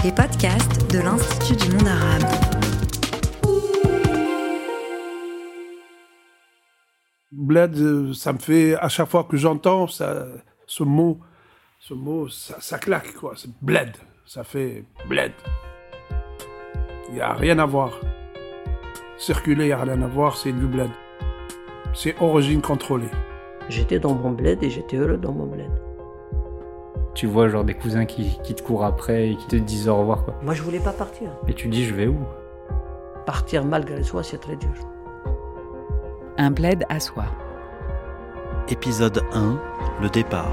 les podcasts de l'Institut du monde arabe. Bled, ça me fait, à chaque fois que j'entends ce mot, ça claque, quoi. C'est bled, ça fait bled. Il n'y a rien à voir. Circuler, il n'y a rien à voir, c'est du bled. C'est origine contrôlée. J'étais dans mon bled et j'étais heureux dans mon bled. Tu vois genre des cousins qui te courent après et qui te disent au revoir, quoi. Moi, je voulais pas partir. Et tu dis, je vais où ? Partir malgré soi, c'est très dur. Un bled à soi. Épisode 1, le départ.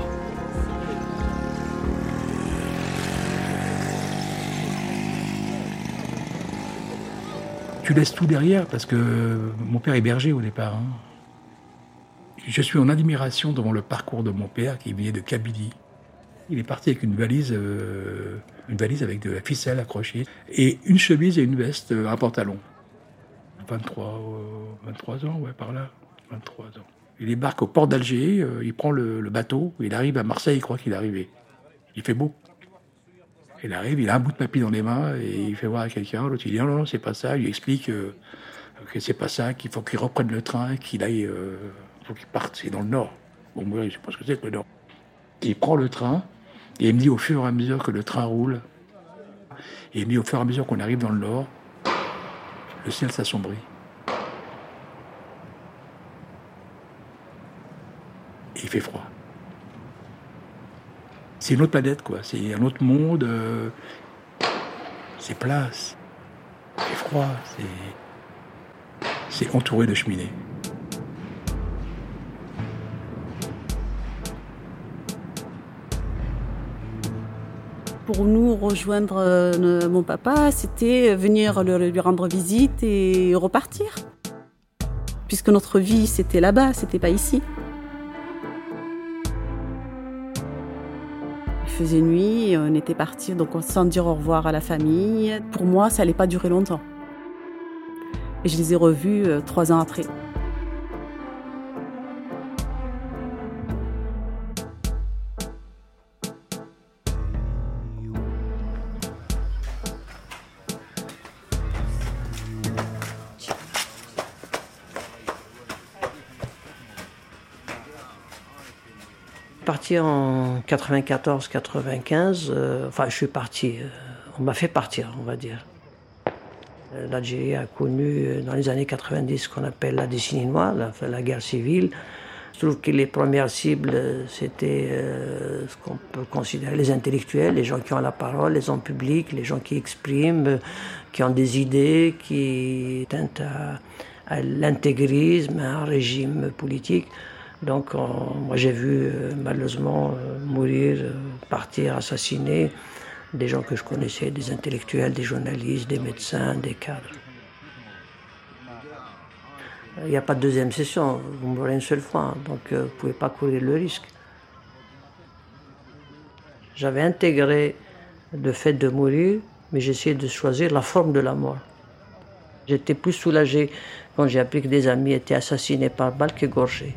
Tu laisses tout derrière parce que mon père est berger au départ. Je suis en admiration devant le parcours de mon père qui venait de Kabylie. Il est parti avec une valise avec de la ficelle accrochée et une chemise et une veste, un pantalon. 23 ans, ouais, par là. 23 ans. Il débarque au port d'Alger, il prend le bateau, il arrive à Marseille, il croit qu'il est arrivé. Il fait beau. Il arrive, il a un bout de papier dans les mains et il fait voir à quelqu'un. L'autre, il dit non, c'est pas ça. Il lui explique que c'est pas ça, qu'il faut qu'il reprenne le train, qu'il aille, faut qu'il parte. C'est dans le nord. Bon, moi, je sais pas ce que c'est que le nord. Il prend le train et il me dit au fur et à mesure que le train roule, et il me dit au fur et à mesure qu'on arrive dans le nord, le ciel s'assombrit. Et il fait froid. C'est une autre planète, quoi. C'est un autre monde. C'est plat. C'est froid. C'est entouré de cheminées. Pour nous, rejoindre mon papa, c'était venir lui rendre visite et repartir. Puisque notre vie, c'était là-bas, c'était pas ici. Il faisait nuit, on était partis, donc sans dire au revoir à la famille. Pour moi, ça n'allait pas durer longtemps. Et je les ai revus 3 ans après. Parti en 94-95, je suis parti, on m'a fait partir, on va dire. L'Algérie a connu dans les années 90 ce qu'on appelle la décennie noire, la guerre civile. Je trouve que les premières cibles, c'était ce qu'on peut considérer les intellectuels, les gens qui ont la parole, les hommes publics, les gens qui expriment, qui ont des idées, qui tentent à l'intégrisme, à un régime politique. Donc, moi, j'ai vu malheureusement mourir, partir, assassiner des gens que je connaissais, des intellectuels, des journalistes, des médecins, des cadres. Il n'y a pas de deuxième session, vous mourrez une seule fois, donc vous ne pouvez pas courir le risque. J'avais intégré le fait de mourir, mais j'essayais de choisir la forme de la mort. J'étais plus soulagé quand j'ai appris que des amis étaient assassinés par balle qu'égorgés.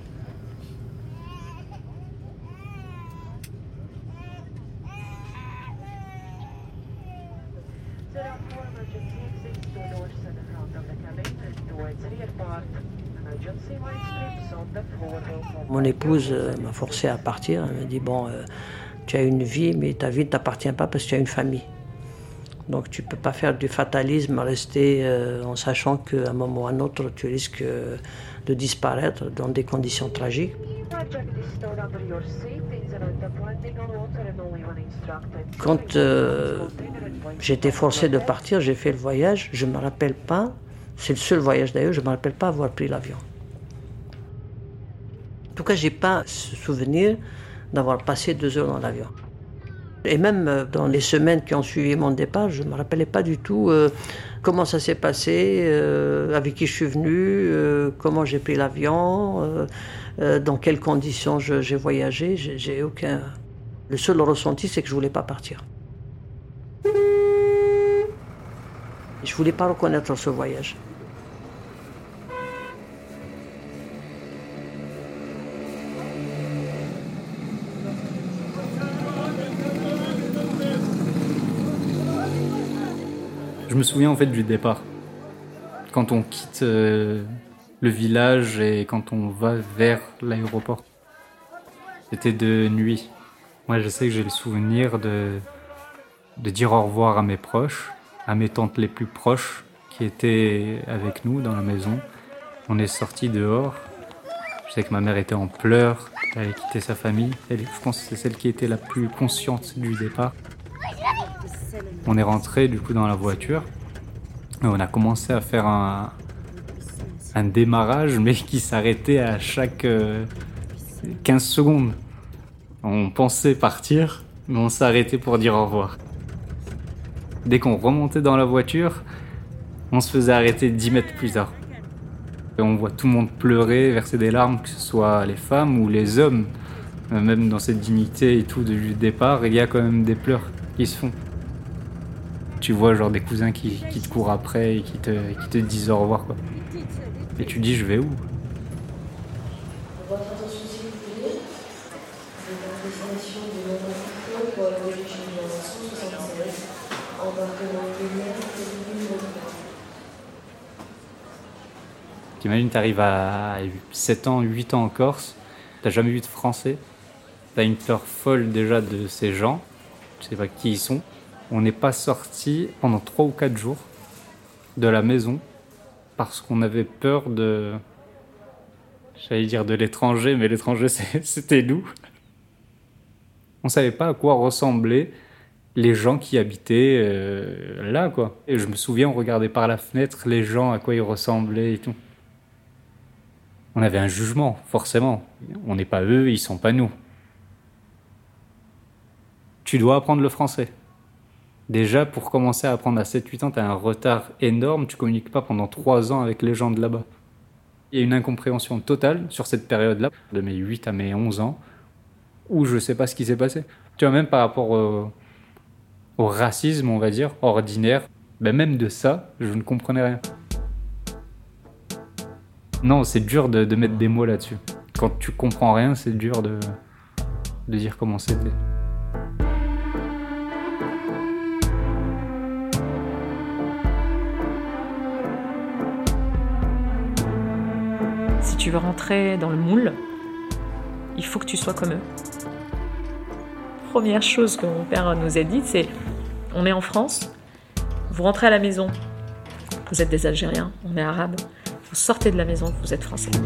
Mon épouse m'a forcé à partir. Elle m'a dit, tu as une vie, mais ta vie ne t'appartient pas parce que tu as une famille. Donc tu ne peux pas faire du fatalisme, rester en sachant qu'à un moment ou à un autre, tu risques de disparaître dans des conditions tragiques. Quand j'étais forcé de partir, j'ai fait le voyage. Je ne me rappelle pas, c'est le seul voyage d'ailleurs, je ne me rappelle pas avoir pris l'avion. En tout cas, je n'ai pas ce souvenir d'avoir passé 2 heures dans l'avion. Et même dans les semaines qui ont suivi mon départ, je ne me rappelais pas du tout comment ça s'est passé, avec qui je suis venu, comment j'ai pris l'avion, dans quelles conditions j'ai voyagé. J'ai aucun... Le seul ressenti, c'est que je ne voulais pas partir. Je ne voulais pas reconnaître ce voyage. Je me souviens en fait du départ. Quand on quitte le village et quand on va vers l'aéroport. C'était de nuit. Moi, je sais que j'ai le souvenir de dire au revoir à mes proches, à mes tantes les plus proches qui étaient avec nous dans la maison. On est sortis dehors. Je sais que ma mère était en pleurs. Elle avait quitté sa famille. Je pense que c'est celle qui était la plus consciente du départ. On est rentré du coup dans la voiture. Et on a commencé à faire un démarrage, mais qui s'arrêtait à chaque 15 secondes. On pensait partir, mais on s'arrêtait pour dire au revoir. Dès qu'on remontait dans la voiture, on se faisait arrêter 10 mètres plus tard. Et on voit tout le monde pleurer, verser des larmes, que ce soit les femmes ou les hommes. Même dans cette dignité et tout du départ, il y a quand même des pleurs qui se font. Tu vois genre des cousins qui te courent après et qui te disent au revoir, quoi. Et tu dis, je vais où ? Votre attention s'il vous plaît. C'est la destination de notre pour aller en 176, embarquement lumière et numéro 3. T'imagines, t'arrives à 7 ans, 8 ans en Corse, t'as jamais vu de Français, t'as une peur folle déjà de ces gens, tu sais pas qui ils sont. On n'est pas sorti pendant 3 ou 4 jours de la maison parce qu'on avait peur j'allais dire de l'étranger, mais l'étranger c'était nous. On savait pas à quoi ressemblaient les gens qui habitaient là, quoi. Et je me souviens, on regardait par la fenêtre les gens, à quoi ils ressemblaient et tout. On avait un jugement, forcément. On n'est pas eux, ils sont pas nous. Tu dois apprendre le français. Déjà, pour commencer à apprendre à 7-8 ans, tu as un retard énorme. Tu communiques pas pendant 3 ans avec les gens de là-bas. Il y a une incompréhension totale sur cette période-là, de mes 8 à mes 11 ans, où je sais pas ce qui s'est passé. Tu vois, même par rapport au racisme, on va dire, ordinaire, ben même de ça, je ne comprenais rien. Non, c'est dur de mettre des mots là-dessus. Quand tu comprends rien, c'est dur de dire comment c'était. Si tu veux rentrer dans le moule, il faut que tu sois comme eux. Première chose que mon père nous a dit, c'est on est en France, vous rentrez à la maison, vous êtes des Algériens, on est arabes, vous sortez de la maison, vous êtes français.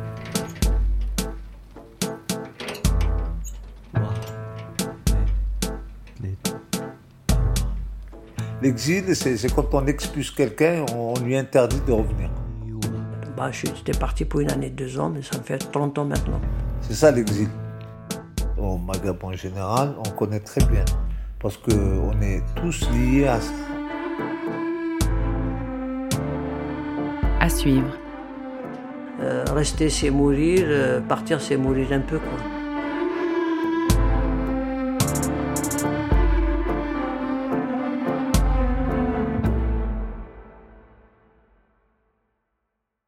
L'exil, c'est quand on expulse quelqu'un, on lui interdit de revenir. J'étais parti pour 1 année, 2 ans, mais ça me fait 30 ans maintenant. C'est ça l'exil. Au Maghreb en général, on connaît très bien, parce qu'on est tous liés à ça. À suivre. Rester c'est mourir, partir c'est mourir un peu, quoi.